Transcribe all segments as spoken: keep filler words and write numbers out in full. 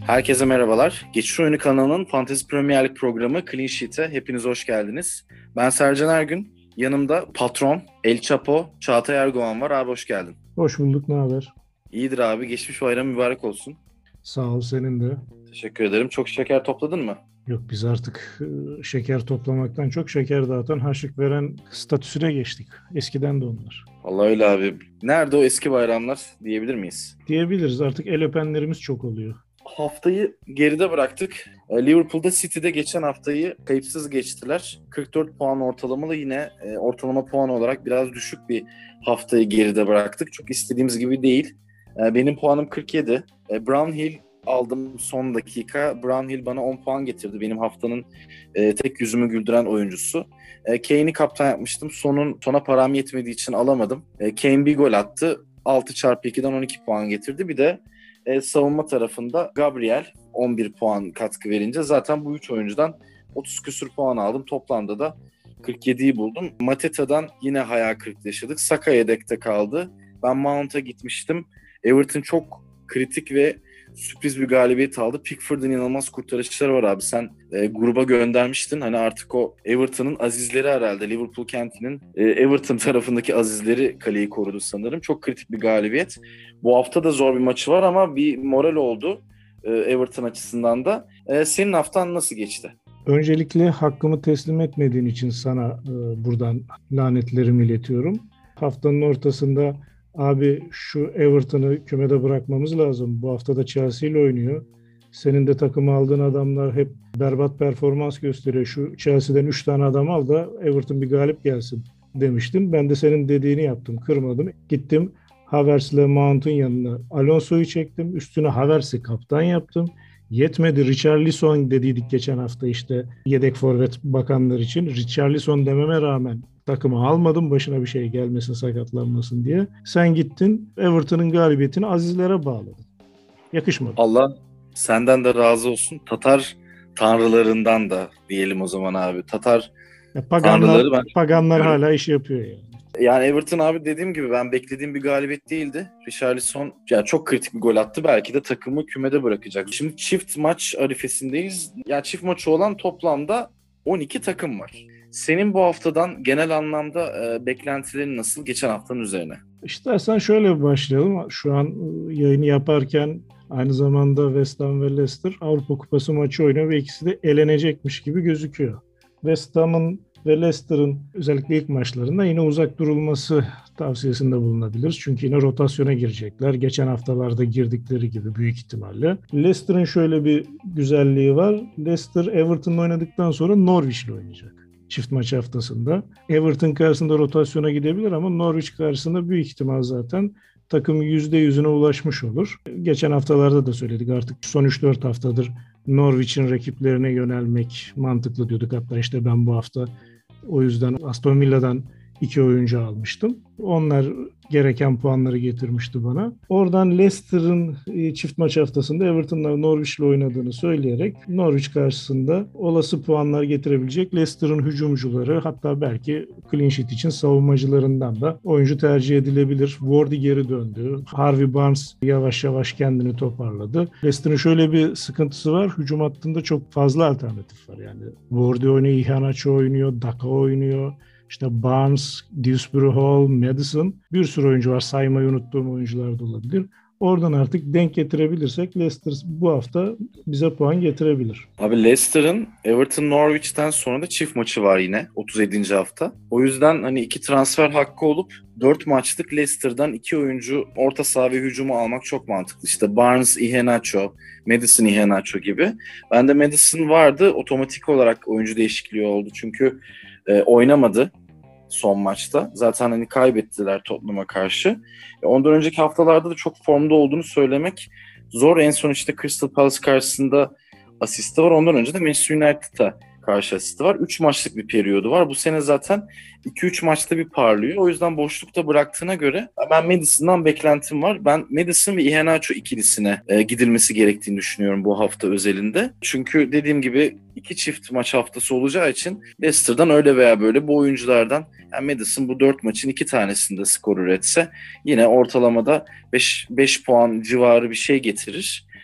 Herkese merhabalar. Geçiş Oyunu kanalının Fantasy Premier Lig programı Clean Sheet'e hepiniz hoş geldiniz. Ben Sercan Ergün. Yanımda patron, El Chapo, Çağatay Erdoğan var. Abi hoş geldin. Hoş bulduk, ne haber? İyidir abi. Geçmiş bayram mübarek olsun. Sağ ol, senin de. Teşekkür ederim. Çok şeker topladın mı? Yok, biz artık e, şeker toplamaktan çok şeker dağıtan, harçlık veren statüsüne geçtik. Eskiden de onlar. Vallahi öyle abi. Nerede o eski bayramlar diyebilir miyiz? Diyebiliriz, artık el öpenlerimiz çok oluyor. Haftayı geride bıraktık. E, Liverpool'da City'de geçen haftayı kayıpsız geçtiler. kırk dört puan ortalamalı yine e, ortalama puan olarak biraz düşük bir haftayı geride bıraktık. Çok istediğimiz gibi değil. E, benim puanım kırk yedi. E, Brownhill aldım son dakika. Brownhill bana on puan getirdi. Benim haftanın e, tek yüzümü güldüren oyuncusu. E, Kane'i kaptan yapmıştım. Sonun sona param yetmediği için alamadım. E, Kane bir gol attı. altı çarpı ikiden on iki puan getirdi. Bir de E, savunma tarafında Gabriel on bir puan katkı verince zaten bu üç oyuncudan otuz küsür puan aldım. Toplamda da kırk yediyi buldum. Mateta'dan yine hayal kırıklığı yaşadık. Saka yedekte kaldı. Ben Mount'a gitmiştim. Everton çok kritik ve sürpriz bir galibiyet aldı. Pickford'un inanılmaz kurtarışları var abi. Sen e, gruba göndermiştin. Hani artık o Everton'ın azizleri herhalde. Liverpool kentinin e, Everton tarafındaki azizleri kaleyi korudu sanırım. Çok kritik bir galibiyet. Bu hafta da zor bir maçı var ama bir moral oldu e, Everton açısından da. E, senin haftan nasıl geçti? Öncelikle hakkımı teslim etmediğin için sana e, buradan lanetlerimi iletiyorum. Haftanın ortasında abi şu Everton'ı kümede bırakmamız lazım. Bu hafta da Chelsea ile oynuyor. Senin de takıma aldığın adamlar hep berbat performans gösteriyor. Şu Chelsea'den üç tane adam al da Everton bir galip gelsin demiştim. Ben de senin dediğini yaptım, kırmadım. Gittim Havertz'le Mount'un yanına Alonso'yu çektim. Üstüne Havertz'i kaptan yaptım. Yetmedi. Richarlison dediydik geçen hafta işte yedek forvet bakanlar için. Richarlison dememe rağmen takımı almadım başına bir şey gelmesin, sakatlanmasın diye. Sen gittin Everton'un galibiyetini azizlere bağladın. Yakışmadı. Allah senden de razı olsun. Tatar tanrılarından da diyelim o zaman abi. Tatar Ya paganlar tanrıları ben paganlar çok hala iş yapıyor yani. Yani Everton abi dediğim gibi ben beklediğim bir galibiyet değildi. Richarlison yani çok kritik bir gol attı. Belki de takımı kümede bırakacak. Şimdi çift maç arifesindeyiz. Yani çift maçı olan toplamda on iki takım var. Senin bu haftadan genel anlamda e, beklentilerin nasıl geçen haftanın üzerine? İstersen şöyle bir başlayalım. Şu an ıı, yayını yaparken aynı zamanda West Ham ve Leicester Avrupa Kupası maçı oynuyor ve ikisi de elenecekmiş gibi gözüküyor. West Ham'ın ve Leicester'ın özellikle ilk maçlarında yine uzak durulması tavsiyesinde bulunabiliriz. Çünkü yine rotasyona girecekler. Geçen haftalarda girdikleri gibi büyük ihtimalle. Leicester'ın şöyle bir güzelliği var. Leicester Everton'la oynadıktan sonra Norwich'le oynayacak çift maç haftasında. Everton karşısında rotasyona gidebilir ama Norwich karşısında büyük ihtimal zaten takım yüzde yüzüne ulaşmış olur. Geçen haftalarda da söyledik, artık son üç dört haftadır Norwich'in rakiplerine yönelmek mantıklı diyorduk. Hatta işte ben bu hafta o yüzden Aston Villa'dan iki oyuncu almıştım. Onlar gereken puanları getirmişti bana. Oradan Leicester'ın e, çift maç haftasında Everton'la Norwich'le oynadığını söyleyerek Norwich karşısında olası puanlar getirebilecek Leicester'ın hücumcuları, hatta belki clean sheet için savunmacılarından da oyuncu tercih edilebilir. Wardy geri döndü. Harvey Barnes yavaş yavaş kendini toparladı. Leicester'ın şöyle bir sıkıntısı var. Hücum hattında çok fazla alternatif var. Yani Wardy oynuyor, Iheanacho oynuyor, Daka oynuyor. İşte Barnes, Dewsbury Hall, Maddison, bir sürü oyuncu var. Saymayı unuttuğum oyuncular da olabilir. Oradan artık denk getirebilirsek Leicester bu hafta bize puan getirebilir. Abi Leicester'ın Everton Norwich'ten sonra da çift maçı var yine otuz yedinci hafta. O yüzden hani iki transfer hakkı olup dört maçlık Leicester'dan iki oyuncu orta saha ve hücumu almak çok mantıklı. İşte Barnes, Iheanacho, Maddison Iheanacho gibi. Bende Maddison vardı. Otomatik olarak oyuncu değişikliği oldu. Çünkü e, oynamadı son maçta. Zaten hani kaybettiler Tottenham'a karşı. E, ondan önceki haftalarda da çok formda olduğunu söylemek zor. En son işte Crystal Palace karşısında asisti var. Ondan önce de Manchester United'a karşı asisti var. üç maçlık bir periyodu var. Bu sene zaten iki üç maçta bir parlıyor. O yüzden boşlukta bıraktığına göre ben Maddison'dan beklentim var. Ben Maddison ve Iheanacho ikilisine e, gidilmesi gerektiğini düşünüyorum bu hafta özelinde. Çünkü dediğim gibi iki çift maç haftası olacağı için Leicester'dan öyle veya böyle bu oyunculardan, yani Maddison bu dört maçın iki tanesinde skor üretse yine ortalamada beş puan civarı bir şey getirir.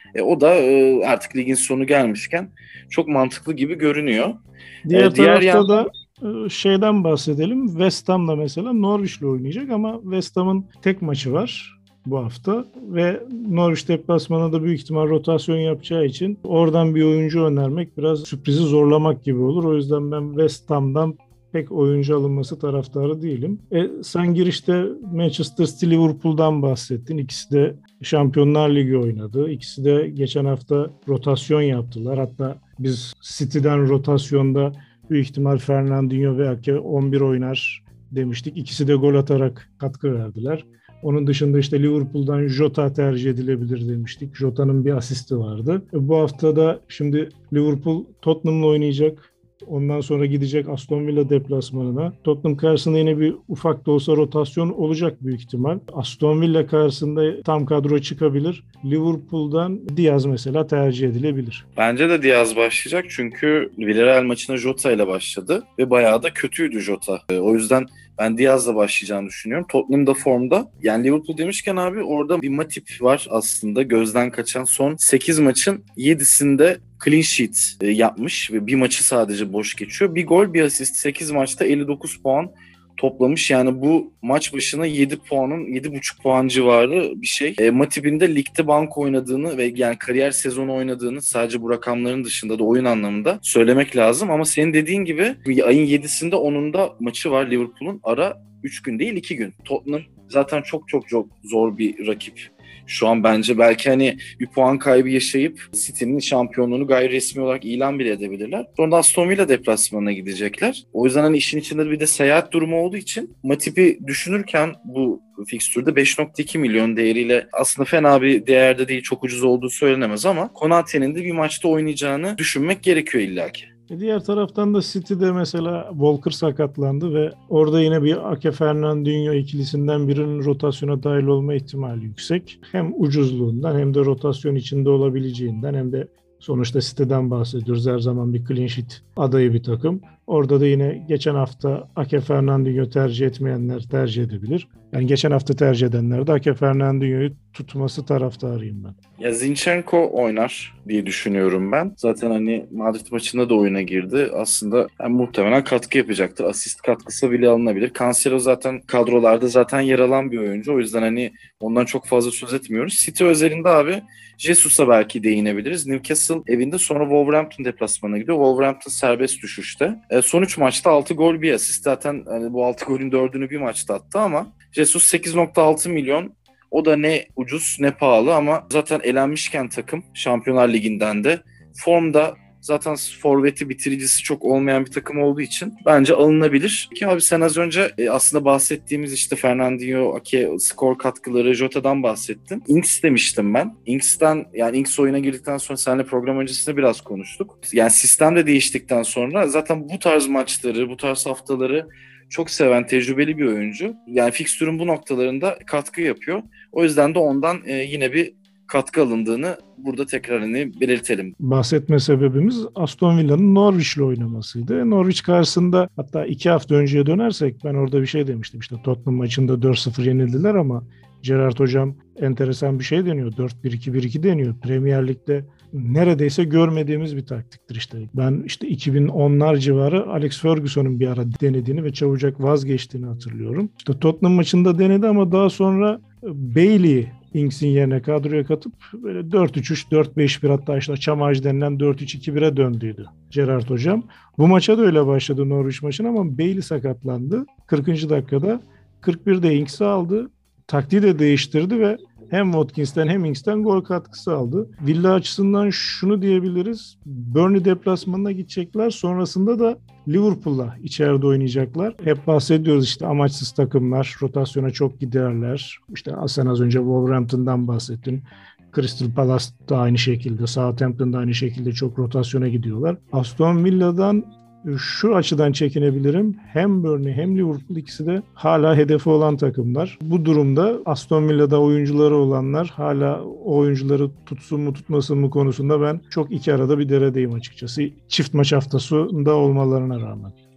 E, o da e, artık ligin sonu gelmişken çok mantıklı gibi görünüyor. Diğer E, diğer tarafta yandan da e, şeyden bahsedelim. West Ham'la mesela Norwich'le oynayacak ama West Ham'ın tek maçı var bu hafta ve Norwich deplasmanına da büyük ihtimal rotasyon yapacağı için oradan bir oyuncu önermek biraz sürprizi zorlamak gibi olur. O yüzden ben West Ham'dan pek oyuncu alınması taraftarı değilim. E, sen girişte Manchester City Liverpool'dan bahsettin. İkisi de Şampiyonlar Ligi oynadı. İkisi de geçen hafta rotasyon yaptılar. Hatta biz City'den rotasyonda büyük ihtimal Fernandinho ve Ake on bir oynar demiştik. İkisi de gol atarak katkı verdiler. Onun dışında işte Liverpool'dan Jota tercih edilebilir demiştik. Jota'nın bir asisti vardı. E, bu hafta da şimdi Liverpool Tottenham'la oynayacak. Ondan sonra gidecek Aston Villa deplasmanına. Tottenham karşısında yine bir ufak da olsa rotasyon olacak büyük ihtimal. Aston Villa karşısında tam kadro çıkabilir. Liverpool'dan Diaz mesela tercih edilebilir. bence de Diaz başlayacak çünkü Villarreal maçına Jota ile başladı ve bayağı da kötüydü Jota. E, o yüzden ben Diaz'la başlayacağını düşünüyorum. Tottenham da formda. Yani Liverpool demişken abi orada bir Matip var aslında gözden kaçan. Son sekiz maçın yedisinde clean sheet e, yapmış ve bir maçı sadece boş geçiyor. Bir gol, bir asist. sekiz maçta elli dokuz puan toplamış. Yani bu maç başına yedi puanın yedi buçuk puan civarı bir şey. E, Matip'in de ligde bank oynadığını ve yani kariyer sezonu oynadığını sadece bu rakamların dışında da oyun anlamında söylemek lazım. Ama senin dediğin gibi ayın yedisinde onunda maçı var Liverpool'un. Ara üç gün değil iki gün. Tottenham zaten çok çok çok zor bir rakip. Şu an bence belki hani bir puan kaybı yaşayıp City'nin şampiyonluğunu gayri resmi olarak ilan bile edebilirler. Sonra da Aston Villa deplasmanına gidecekler. O yüzden hani işin içinde bir de seyahat durumu olduğu için Matip'i düşünürken bu fikstürde beş nokta iki milyon değeriyle aslında fena bir değerde değil, çok ucuz olduğu söylenemez ama Konate'nin de bir maçta oynayacağını düşünmek gerekiyor illaki. Diğer taraftan da City'de mesela Walker sakatlandı ve orada yine bir Ake Fernandinho ikilisinden birinin rotasyona dahil olma ihtimali yüksek. Hem ucuzluğundan hem de rotasyon içinde olabileceğinden hem de sonuçta City'den bahsediyoruz. Her zaman bir clean sheet adayı bir takım. Orada da yine geçen hafta Ake Fernandinho tercih etmeyenler tercih edebilir. Yani geçen hafta tercih edenler de Ake Fernandinho'yu tutması taraftarıyım ben. Ya Zinchenko oynar diye düşünüyorum ben. Zaten hani Madrid maçında da oyuna girdi. Aslında yani muhtemelen katkı yapacaktır. Asist katkısı bile alınabilir. Cancelo zaten kadrolarda zaten yer alan bir oyuncu. O yüzden hani ondan çok fazla söz etmiyoruz. City özelinde abi Jesus'a belki değinebiliriz. Newcastle evinde sonra Wolverhampton deplasmanına gidiyor. Wolverhampton serbest düşüşte. E, son üç maçta altı gol bir asist. Zaten hani bu altı golün dördünü bir maçta attı ama Jesus sekiz nokta altı milyon. O da ne ucuz ne pahalı ama zaten elenmişken takım Şampiyonlar Ligi'nden de formda zaten forveti bitiricisi çok olmayan bir takım olduğu için bence alınabilir. Ki abi sen az önce e, aslında bahsettiğimiz işte Fernandinho, Ake, skor katkıları, Jota'dan bahsettin. Ings demiştim ben. Ings'ten yani Ings oyuna girdikten sonra seninle program öncesinde biraz konuştuk. Yani sistem de değiştikten sonra zaten bu tarz maçları, bu tarz haftaları çok seven, tecrübeli bir oyuncu. Yani fikstürün bu noktalarında katkı yapıyor. O yüzden de ondan e, yine bir katkı alındığını burada tekrar hani belirtelim. Bahsetme sebebimiz Aston Villa'nın Norwich'le oynamasıydı. Norwich karşısında hatta iki hafta önceye dönersek ben orada bir şey demiştim. İşte Tottenham maçında dört sıfır yenildiler ama Gerrard hocam enteresan bir şey deniyor. dört bir iki bir iki deniyor. Premier Lig'de neredeyse görmediğimiz bir taktiktir işte. Ben işte iki bin onlar civarı Alex Ferguson'un bir ara denediğini ve çabucak vazgeçtiğini hatırlıyorum. İşte Tottenham maçında denedi ama daha sonra Bailey'i Ings'in yerine kadroya katıp böyle dört üç üç, dört beş bir hatta işte çam ağacı denilen dört üç iki bire döndüydü Gerrard hocam. Bu maça da öyle başladı Norwich maçına ama Bailey sakatlandı. kırkıncı dakikada kırk birde Ings'i aldı. Taktiği de değiştirdi ve hem Watkins'ten hem Ings'ten gol katkısı aldı. Villa açısından şunu diyebiliriz. Burnley deplasmanına gidecekler. Sonrasında da Liverpool'la içeride oynayacaklar. Hep bahsediyoruz işte amaçsız takımlar. Rotasyona çok giderler. İşte sen az önce Wolverhampton'dan bahsettin. Crystal Palace da aynı şekilde. Southampton da aynı şekilde çok rotasyona gidiyorlar. Aston Villa'dan şu açıdan çekinebilirim. Hem Burnley hem Liverpool ikisi de hala hedefi olan takımlar. Bu durumda Aston Villa'da oyuncuları olanlar hala o oyuncuları tutsun mu tutmasın mı konusunda ben çok iki arada bir deredeyim açıkçası. Çift maç haftasında olmalarına rağmen.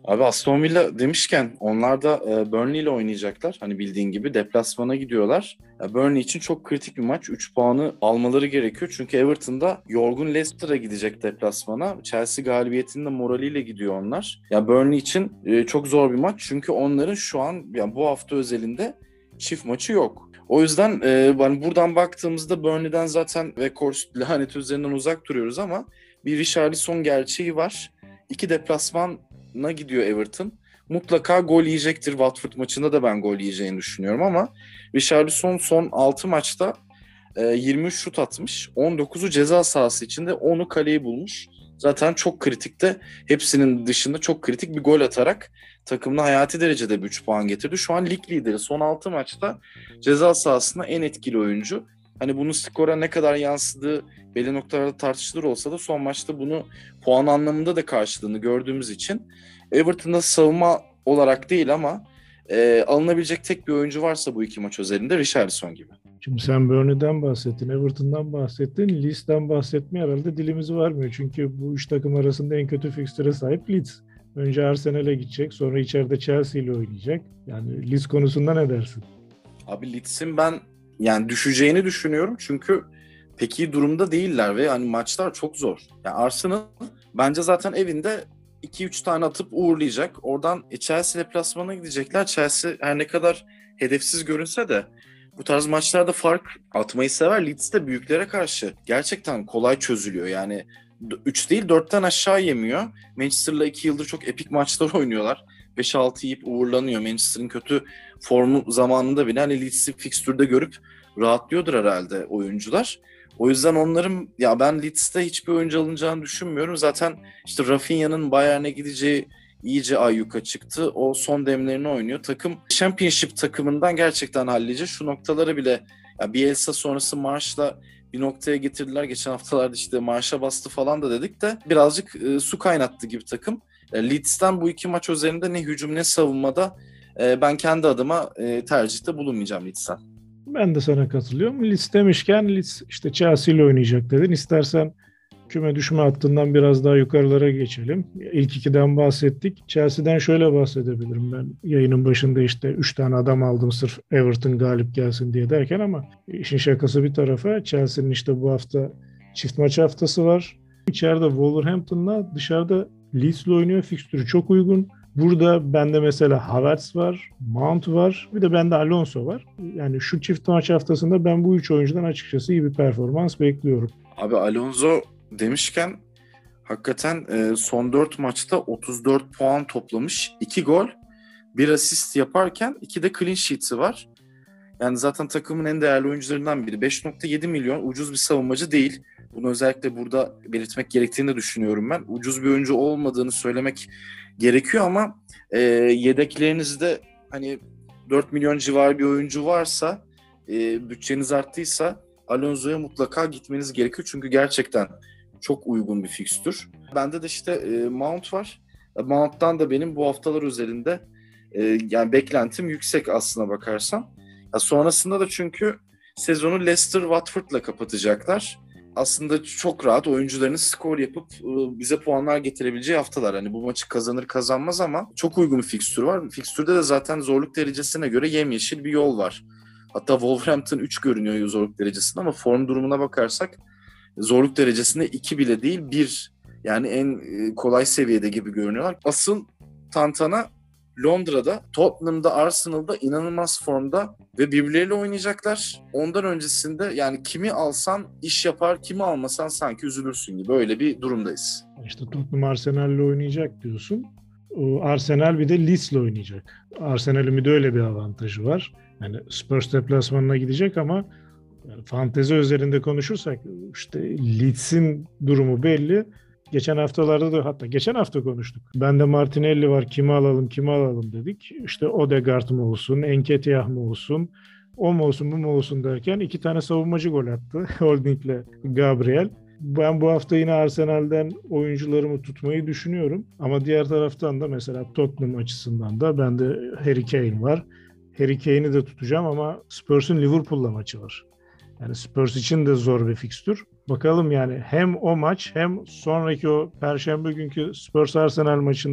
Abi Aston Villa demişken onlar da e, Burnley ile oynayacaklar. Hani bildiğin gibi deplasmana gidiyorlar. Ya Burnley için çok kritik bir maç. üç puanı almaları gerekiyor. Çünkü Everton'da yorgun Leicester'a gidecek deplasmana. Chelsea galibiyetinin de moraliyle gidiyor onlar. Ya Burnley için e, çok zor bir maç. Çünkü onların şu an yani bu hafta özelinde çift maçı yok. O yüzden e, hani buradan baktığımızda Burnley'den zaten Weghorst laneti üzerinden uzak duruyoruz ama bir Richarlison gerçeği var. İki deplasman na gidiyor Everton. Mutlaka gol yiyecektir. Watford maçında da ben gol yiyeceğini düşünüyorum ama Richarlison son altı maçta e, yirmi üç şut atmış. on dokuzu ceza sahası içinde, onu kaleyi bulmuş. Zaten çok kritikte, hepsinin dışında çok kritik bir gol atarak takımına hayati derecede bir üç puan getirdi. Şu an lig lideri. Son altı maçta ceza sahasında en etkili oyuncu. Hani bunun skora ne kadar yansıdığı belli noktalarda tartışılır olsa da son maçta bunu puan anlamında da karşılığını gördüğümüz için Everton'da savunma olarak değil ama e, alınabilecek tek bir oyuncu varsa bu iki maç özelinde Richarlison gibi. Şimdi sen Burnley'den bahsettin, Everton'dan bahsettin. Leeds'ten bahsetmeye herhalde dilimiz varmıyor. Çünkü bu üç takım arasında en kötü fikstüre sahip Leeds. Önce Arsenal'e gidecek, sonra içeride Chelsea ile oynayacak. Yani Leeds konusunda ne dersin? Abi Leeds'in ben yani düşeceğini düşünüyorum çünkü pek iyi durumda değiller ve hani maçlar çok zor. Yani Arsenal bence zaten evinde iki üç tane atıp uğurlayacak. Oradan e, Chelsea deplasmana gidecekler. Chelsea her ne kadar hedefsiz görünse de bu tarz maçlarda fark atmayı sever. Leeds de büyüklere karşı gerçekten kolay çözülüyor. Yani üç değil dörtten aşağı yemiyor. Manchester'la iki yıldır çok epik maçlar oynuyorlar. beş altı yiyip uğurlanıyor. Manchester'ın kötü formu zamanında bile hani Leeds'i fikstürde görüp rahatlıyordur herhalde oyuncular. O yüzden onların ya ben Leeds'te hiçbir oyuncu alınacağını düşünmüyorum. Zaten işte Rafinha'nın Bayern'e gideceği iyice ayyuka çıktı. O son demlerini oynuyor. Takım Championship takımından gerçekten hallice. Şu noktaları bile ya Bielsa sonrası Marş'la bir noktaya getirdiler. Geçen haftalarda işte Marş'a bastı falan da dedik de birazcık e, su kaynattı gibi takım. E, Leeds'ten bu iki maç üzerinde ne hücum ne savunmada e, ben kendi adıma e, tercihte bulunmayacağım Leeds'ten. Ben de sana katılıyorum. Leeds demişken Leeds işte Chelsea ile oynayacak dedin. İstersen küme düşme hattından biraz daha yukarılara geçelim. İlk ikiden bahsettik. Chelsea'den şöyle bahsedebilirim ben. Yayının başında işte üç tane adam aldım sırf Everton galip gelsin diye derken ama işin şakası bir tarafa Chelsea'nin işte bu hafta çift maç haftası var. İçeride Wolverhampton'la dışarıda Leeds'le oynuyor. Fikstürü çok uygun. Burada bende mesela Havertz var, Mount var, bir de bende Alonso var. Yani şu çift maç haftasında ben bu üç oyuncudan açıkçası iyi bir performans bekliyorum. Abi Alonso demişken hakikaten e, son dört maçta otuz dört puan toplamış. iki gol, bir asist yaparken iki de clean sheet'i var. Yani zaten takımın en değerli oyuncularından biri. beş nokta yedi milyon ucuz bir savunmacı değil. Bunu özellikle burada belirtmek gerektiğini de düşünüyorum ben. Ucuz bir oyuncu olmadığını söylemek gerekiyor ama e, yedeklerinizde hani dört milyon civarı bir oyuncu varsa, e, bütçeniz arttıysa Alonso'ya mutlaka gitmeniz gerekiyor. Çünkü gerçekten çok uygun bir fikstür. Bende de işte e, Mount var. E, Mount'tan da benim bu haftalar üzerinde e, yani beklentim yüksek aslına bakarsan. Ya sonrasında da çünkü sezonu Leicester Watford'la kapatacaklar. Aslında çok rahat oyuncularının skor yapıp bize puanlar getirebileceği haftalar. Hani bu maçı kazanır kazanmaz ama çok uygun bir fikstür var. Fikstürde de zaten zorluk derecesine göre yemyeşil bir yol var. Hatta Wolverhampton üç görünüyor zorluk derecesinde ama form durumuna bakarsak zorluk derecesinde iki bile değil bir. Yani en kolay seviyede gibi görünüyorlar. Asıl tantana Londra'da, Tottenham'da, Arsenal'da inanılmaz formda ve birbirleriyle oynayacaklar. Ondan öncesinde yani kimi alsan iş yapar, kimi almasan sanki üzülürsün gibi öyle bir durumdayız. İşte Tottenham Arsenal'le oynayacak diyorsun. O Arsenal bir de Leeds'le oynayacak. Arsenal'in bir de öyle bir avantajı var. Yani Spurs deplasmanına gidecek ama yani fantezi özelinde konuşursak işte Leeds'in durumu belli. Geçen haftalarda da hatta geçen hafta konuştuk. Bende Martinelli var, kimi alalım kimi alalım dedik. İşte Odegaard mı olsun, Nketiah mı olsun, o mu olsun bu mu olsun derken iki tane savunmacı gol attı. Holding'le Gabriel. Ben bu hafta yine Arsenal'den oyuncularımı tutmayı düşünüyorum. Ama diğer taraftan da mesela Tottenham açısından da bende Harry Kane var. Harry Kane'i de tutacağım ama Spurs'un Liverpool'la maçı var. Yani Spurs için de zor bir fikstür. Bakalım yani hem o maç hem sonraki o Perşembe günkü Spurs Arsenal maçında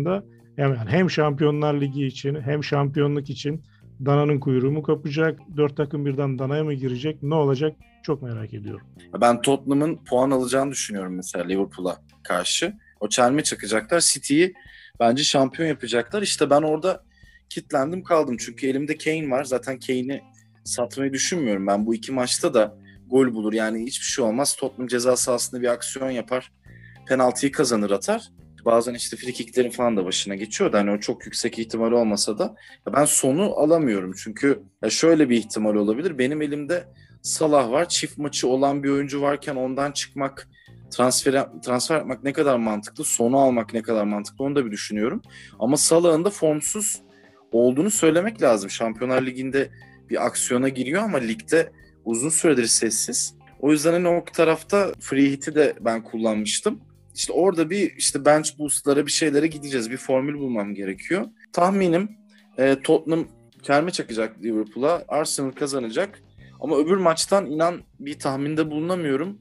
Yani hem Şampiyonlar Ligi için hem şampiyonluk için dananın kuyruğu mu kapacak? Dört takım birden danaya mı girecek? Ne olacak? Çok merak ediyorum. Ben Tottenham'ın puan alacağını düşünüyorum mesela Liverpool'a karşı. O çelme çakacaklar. City'yi bence şampiyon yapacaklar. İşte ben orada kitlendim kaldım. Çünkü elimde Kane var. Zaten Kane'i satmayı düşünmüyorum. Ben bu iki maçta da gol bulur. Yani hiçbir şey olmaz. Tottenham ceza sahasında bir aksiyon yapar. Penaltıyı kazanır, atar. Bazen işte free kicklerin falan da başına geçiyor da hani o çok yüksek ihtimal olmasa da ben sonu alamıyorum. Çünkü ya şöyle bir ihtimal olabilir. Benim elimde Salah var. Çift maçı olan bir oyuncu varken ondan çıkmak, transfer transfer yapmak ne kadar mantıklı, sonu almak ne kadar mantıklı onu da bir düşünüyorum. Ama Salah'ın da formsuz olduğunu söylemek lazım. Şampiyonlar Ligi'nde bir aksiyona giriyor ama ligde uzun süredir sessiz. O yüzden hani o tarafta free hit'i de ben kullanmıştım. İşte orada bir işte bench boost'lara bir şeylere gideceğiz. Bir formül bulmam gerekiyor. Tahminim e, Tottenham kerme çakacak Liverpool'a. Arsenal kazanacak. Ama öbür maçtan inan bir tahminde bulunamıyorum.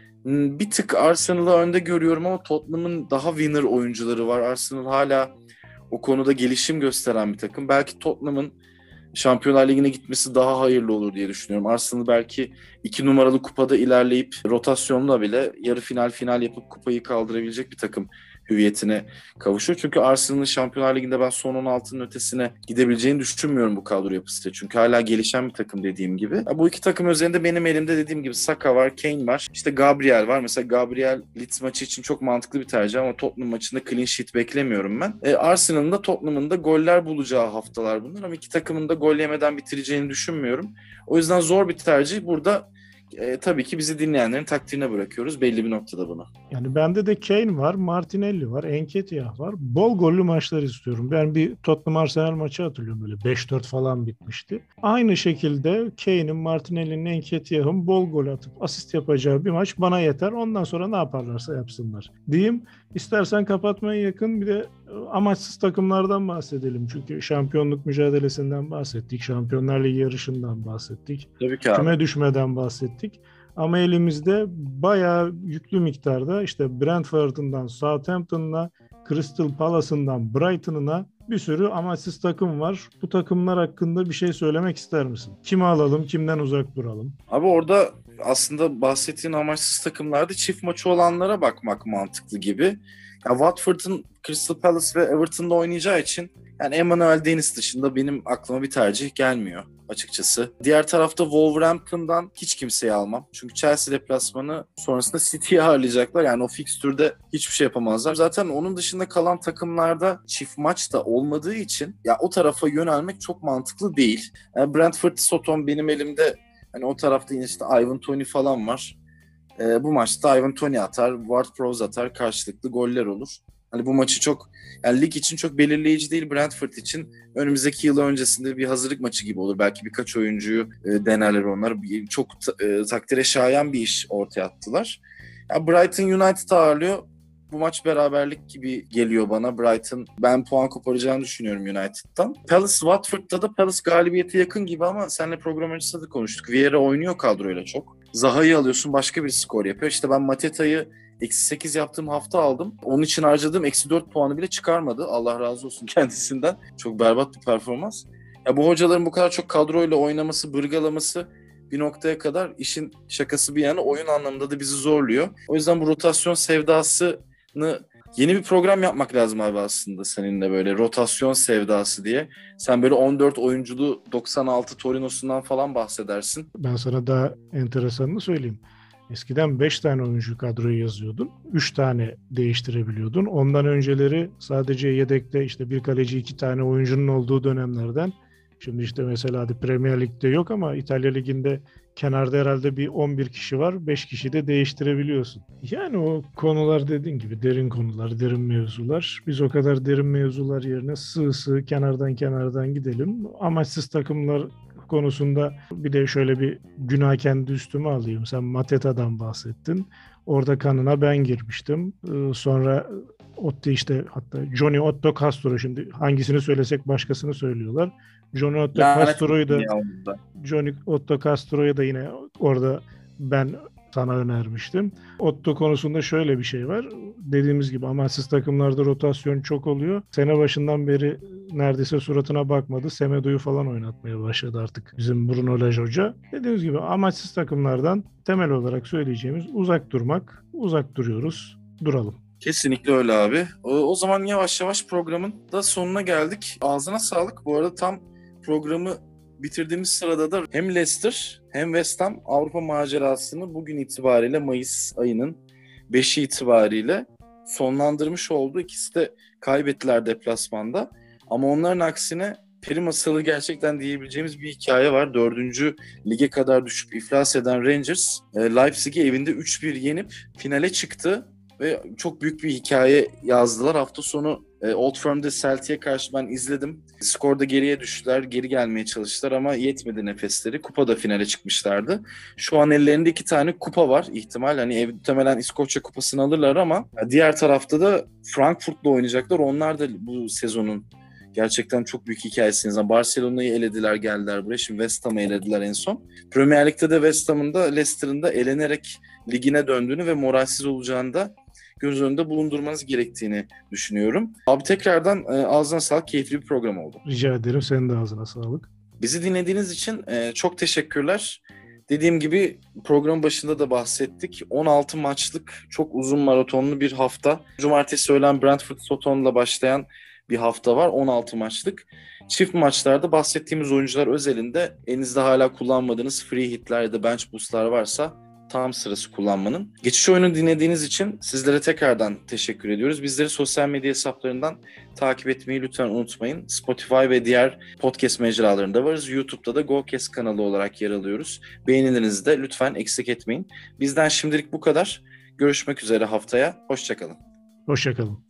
Bir tık Arsenal'ı önde görüyorum ama Tottenham'ın daha winner oyuncuları var. Arsenal hala o konuda gelişim gösteren bir takım. Belki Tottenham'ın Şampiyonlar Ligi'ne gitmesi daha hayırlı olur diye düşünüyorum. Arsenal belki iki numaralı kupada ilerleyip rotasyonla bile yarı final final yapıp kupayı kaldırabilecek bir takım hüviyetine kavuşur. Çünkü Arsenal'ın Şampiyonlar Ligi'nde ben son on altının ötesine gidebileceğini düşünmüyorum bu kadro yapısıyla. Çünkü hala gelişen bir takım dediğim gibi. Ya bu iki takım üzerinde benim elimde dediğim gibi Saka var, Kane var. İşte Gabriel var. Mesela Gabriel Leeds maçı için çok mantıklı bir tercih ama Tottenham maçında clean sheet beklemiyorum ben. E, Arsenal'ın da Tottenham'ın da goller bulacağı haftalar bunlar ama iki takımın da gol yemeden bitireceğini düşünmüyorum. O yüzden zor bir tercih. Burada E, tabii ki bizi dinleyenlerin takdirine bırakıyoruz belli bir noktada bunu. Yani bende de Kane var, Martinelli var, Nketiah var. Bol gollü maçlar istiyorum. Ben bir Tottenham Arsenal maçı hatırlıyorum, böyle beş dört falan bitmişti. Aynı şekilde Kane'in, Martinelli'nin, Nketiah'ın bol gol atıp asist yapacağı bir maç bana yeter. Ondan sonra ne yaparlarsa yapsınlar diyeyim. İstersen kapatmaya yakın bir de amaçsız takımlardan bahsedelim. Çünkü şampiyonluk mücadelesinden bahsettik. Şampiyonlar Ligi yarışından bahsettik. Tabii ki abi. Küme düşmeden bahsettik. Ama elimizde bayağı yüklü miktarda işte Brentford'undan Southampton'la, Crystal Palace'ından Brighton'ına bir sürü amaçsız takım var. Bu takımlar hakkında bir şey söylemek ister misin? Kimi alalım, kimden uzak duralım? Abi orada aslında bahsettiğin amaçsız takımlarda çift maçı olanlara bakmak mantıklı gibi. Ya Watford'un Crystal Palace ve Everton'da oynayacağı için yani Emmanuel Dennis dışında benim aklıma bir tercih gelmiyor açıkçası. Diğer tarafta Wolverhampton'dan hiç kimseyi almam. Çünkü Chelsea deplasmanı sonrasında City'yi ağırlayacaklar. Yani o fikstürde hiçbir şey yapamazlar. Zaten onun dışında kalan takımlarda çift maç da olmadığı için ya o tarafa yönelmek çok mantıklı değil. Yani Brentford Soton benim elimde, hani o tarafta yine işte Ivan Toney falan var. Ee, bu maçta Ivan Toney atar, Ward-Prowse atar, karşılıklı goller olur. Hani bu maçı çok, yani lig için çok belirleyici değil, Brentford için önümüzdeki yıl öncesinde bir hazırlık maçı gibi olur. Belki birkaç oyuncuyu e, denerler onlar. Bir, çok e, takdire şayan bir iş ortaya attılar. Ya Brighton United ağırlıyor. Bu maç beraberlik gibi geliyor bana. Brighton, ben puan koparacağını düşünüyorum United'dan. Palace Watford'da da Palace galibiyete yakın gibi ama seninle program öncesinde de konuştuk. Vieira oynuyor kadroyla çok. Zaha'yı alıyorsun, başka bir skor yapıyor. İşte ben Mateta'yı eksi sekiz yaptığım hafta aldım. Onun için harcadığım eksi dört puanı bile çıkarmadı. Allah razı olsun kendisinden. Çok berbat bir performans. Ya bu hocaların bu kadar çok kadroyla oynaması, bırgalaması bir noktaya kadar işin şakası bir yana oyun anlamında da bizi zorluyor. O yüzden bu rotasyon sevdasını yeni bir program yapmak lazım abi aslında seninle, böyle rotasyon sevdası diye. Sen böyle on dört oyunculu doksan altı Torino'sundan falan bahsedersin. Ben sana daha enteresanını söyleyeyim. Eskiden beş tane oyuncu kadroyu yazıyordun. üç tane değiştirebiliyordun. Ondan önceleri sadece yedekte işte bir kaleci, iki tane oyuncunun olduğu dönemlerden. Şimdi işte mesela hadi Premier Lig'de yok ama İtalya Ligi'nde kenarda herhalde bir on bir kişi var. beş kişi de değiştirebiliyorsun. Yani o konular dediğin gibi derin konular, derin mevzular. Biz o kadar derin mevzular yerine sığ sığ kenardan kenardan gidelim. Amaçsız takımlar konusunda bir de şöyle bir günah kendi üstüme alayım. Sen Mateta'dan bahsettin. Orada kanına ben girmiştim. Ee, sonra Otto işte hatta Johnny Otto Castro, şimdi hangisini söylesek başkasını söylüyorlar. Johnny Otto Castro'yu da Johnny Otto Castro'yu da yine orada ben sana önermiştim. Otto konusunda şöyle bir şey var. Dediğimiz gibi amaçsız takımlarda rotasyon çok oluyor. Sene başından beri neredeyse suratına bakmadı. Semedo'yu falan oynatmaya başladı artık bizim Bruno Lage Hoca. Dediğimiz gibi amaçsız takımlardan temel olarak söyleyeceğimiz uzak durmak. Uzak duruyoruz. Duralım. Kesinlikle öyle abi. O, o zaman yavaş yavaş programın da sonuna geldik. Ağzına sağlık. Bu arada tam programı bitirdiğimiz sırada da hem Leicester hem West Ham Avrupa macerasını bugün itibariyle Mayıs ayının beşi itibariyle sonlandırmış oldu. İkisi de kaybettiler deplasmanda. Ama onların aksine peri masalı gerçekten diyebileceğimiz bir hikaye var. Dördüncü lige kadar düşüp iflas eden Rangers, Leipzig'i evinde üç bir yenip finale çıktı. Ve çok büyük bir hikaye yazdılar. Hafta sonu e, Old Firm'de Celtic'e karşı ben izledim. Skorda geriye düştüler, geri gelmeye çalıştılar ama yetmedi nefesleri. Kupada finale çıkmışlardı. Şu an ellerinde iki tane kupa var ihtimal. Hani ev, muhtemelen İskoçya kupasını alırlar ama diğer tarafta da Frankfurt'la oynayacaklar. Onlar da bu sezonun gerçekten çok büyük hikayesiniz. Barcelona'yı elediler, geldiler buraya. Şimdi West Ham'ı elediler en son. Premier Lig'de de West Ham'ın da Leicester'ın da elenerek ligine döndüğünü ve moralsiz olacağını da göz önünde bulundurmanız gerektiğini düşünüyorum. Abi tekrardan e, ağzına sağlık, keyifli bir program oldu. Rica ederim. Senin de ağzına sağlık. Bizi dinlediğiniz için e, çok teşekkürler. Dediğim gibi program başında da bahsettik. on altı maçlık çok uzun maratonlu bir hafta. Cumartesi öğlen Brentford Soton'la başlayan bir hafta var. on altı maçlık. Çift maçlarda bahsettiğimiz oyuncular özelinde elinizde hala kullanmadığınız free hitler ya da bench boostlar varsa tam sırası kullanmanın. Geçiş oyunu dinlediğiniz için sizlere tekrardan teşekkür ediyoruz. Bizleri sosyal medya hesaplarından takip etmeyi lütfen unutmayın. Spotify ve diğer podcast mecralarında varız. YouTube'da da GoCast kanalı olarak yer alıyoruz. Beğenilerinizi de lütfen eksik etmeyin. Bizden şimdilik bu kadar. Görüşmek üzere haftaya. Hoşça kalın. Hoşça kalın.